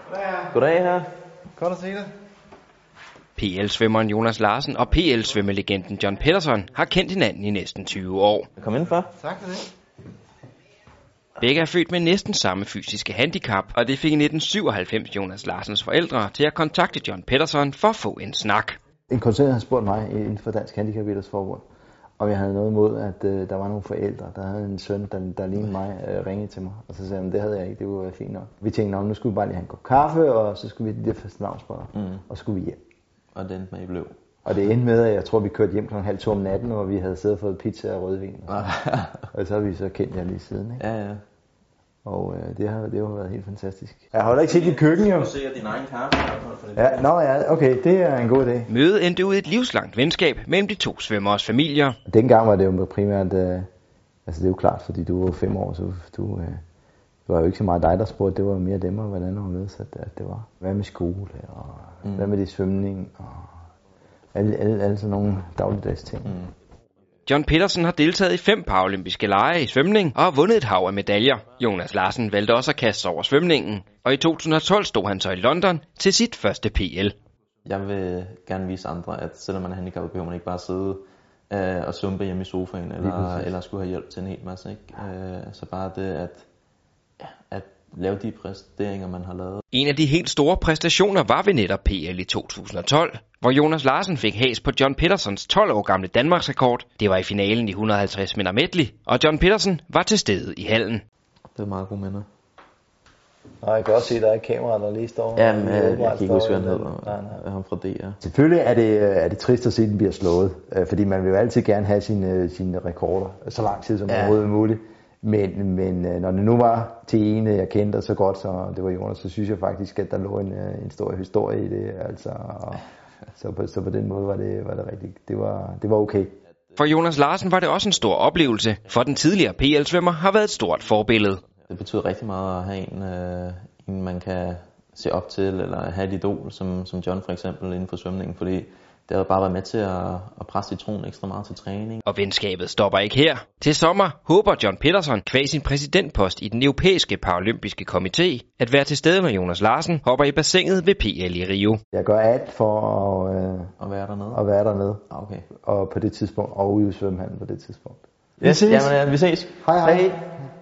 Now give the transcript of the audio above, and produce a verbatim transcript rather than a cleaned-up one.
Goddag her. Godt at se dig. P L-svømmeren Jonas Larsen og P L-svømmelegenden John Petterson har kendt hinanden i næsten tyve år. Kom indenfor. Tak for det. Begge er født med næsten samme fysiske handicap, og det fik i nitten syvoghalvfems Jonas Larsens forældre til at kontakte John Petterson for at få en snak. En konsulent har spurgt mig inden for Dansk Handicapidrætsforbund, om jeg havde noget imod, at øh, der var nogle forældre, der havde en søn, der, der lignede mig, øh, ringede til mig. Og så sagde jeg, det havde jeg ikke, det var fint nok. Vi tænkte, nu skulle vi bare lige have en kop kaffe, og så skulle vi det der fastelavnsbrød, mm. og så skulle vi hjem. Og det endte med, I blev? Og det endte med, at jeg tror, vi kørte hjem klokken halv to om natten, hvor vi havde siddet og fået pizza og rødvin. Og, og så har vi så kendt jer lige siden, ikke? Ja, ja. Og øh, det, har, det har været helt fantastisk. Jeg har heller ikke set dit køkken, jo. Du ser din egen kaffe. Ja, nå ja, okay, det er en god idé. Mødet endte ud i et livslangt venskab mellem de to svømmeres familier. Dengang var det jo primært, øh, altså det er jo klart, fordi du var fem år, så du, øh, det var jo ikke så meget dig, der spurgte, det var mere dem, og hvordan var med, så at det var. Hvad med skole, og mm. hvad med det svømning, og alle, alle, alle sådan nogle dagligdags ting. Mm. John Petterson har deltaget i fem paralympiske lege i svømning og har vundet et hav af medaljer. Jonas Larsen valgte også at kaste sig over svømningen, og i to tusind og tolv stod han så i London til sit første P L. Jeg vil gerne vise andre, at selvom man er handicappet, behøver man ikke bare sidde øh, og sumpe hjemme i sofaen, eller, eller skulle have hjælp til en hel masse. Ikke? Øh, så bare det at, ja, at lave de præsteringer, man har lavet. En af de helt store præstationer var ved netop P L i to tusind og tolv, hvor Jonas Larsen fik has på John Pettersons tolv år gamle Danmarksrekord. Det var i finalen i et hundrede og halvtreds meter medley, og John Petterson var til stede i hallen. Det var meget gode minder. Nej, jeg kan også se, at der er et kamera, der lige står. Ja, men jeg, jeg kan ikke huske, hvad han hedder. Han fra D R. Selvfølgelig er det, er det trist at se, at den bliver slået, fordi man vil jo altid gerne have sine, sine rekorder så lang tid som ja. overhovedet muligt. Men, men når det nu var til en, jeg kendte så godt, så det var Jonas, så synes jeg faktisk, at der lå en, en stor historie i det. Altså, og, så, på, så på den måde var det, var det rigtigt. Det var, det var okay. For Jonas Larsen var det også en stor oplevelse, for den tidligere P L-svømmer har været et stort forbillede. Det betyder rigtig meget at have en, øh, en man kan se op til, eller have et idol, som, som John for eksempel inden for svømningen, fordi det har bare været med til at, at presse citronen ekstra meget til træning. Og venskabet stopper ikke her. Til sommer håber John Petterson, kvæg sin præsidentpost i den europæiske paralympiske komité, at være til stede med Jonas Larsen, hopper i bassinet ved P L i Rio. Jeg gør alt for at, øh, at være dernede. At være dernede. Okay. Og på det tidspunkt, og ude i svømmehallen på det tidspunkt. Yes, jamen, ja, vi ses. Hej hej. hej.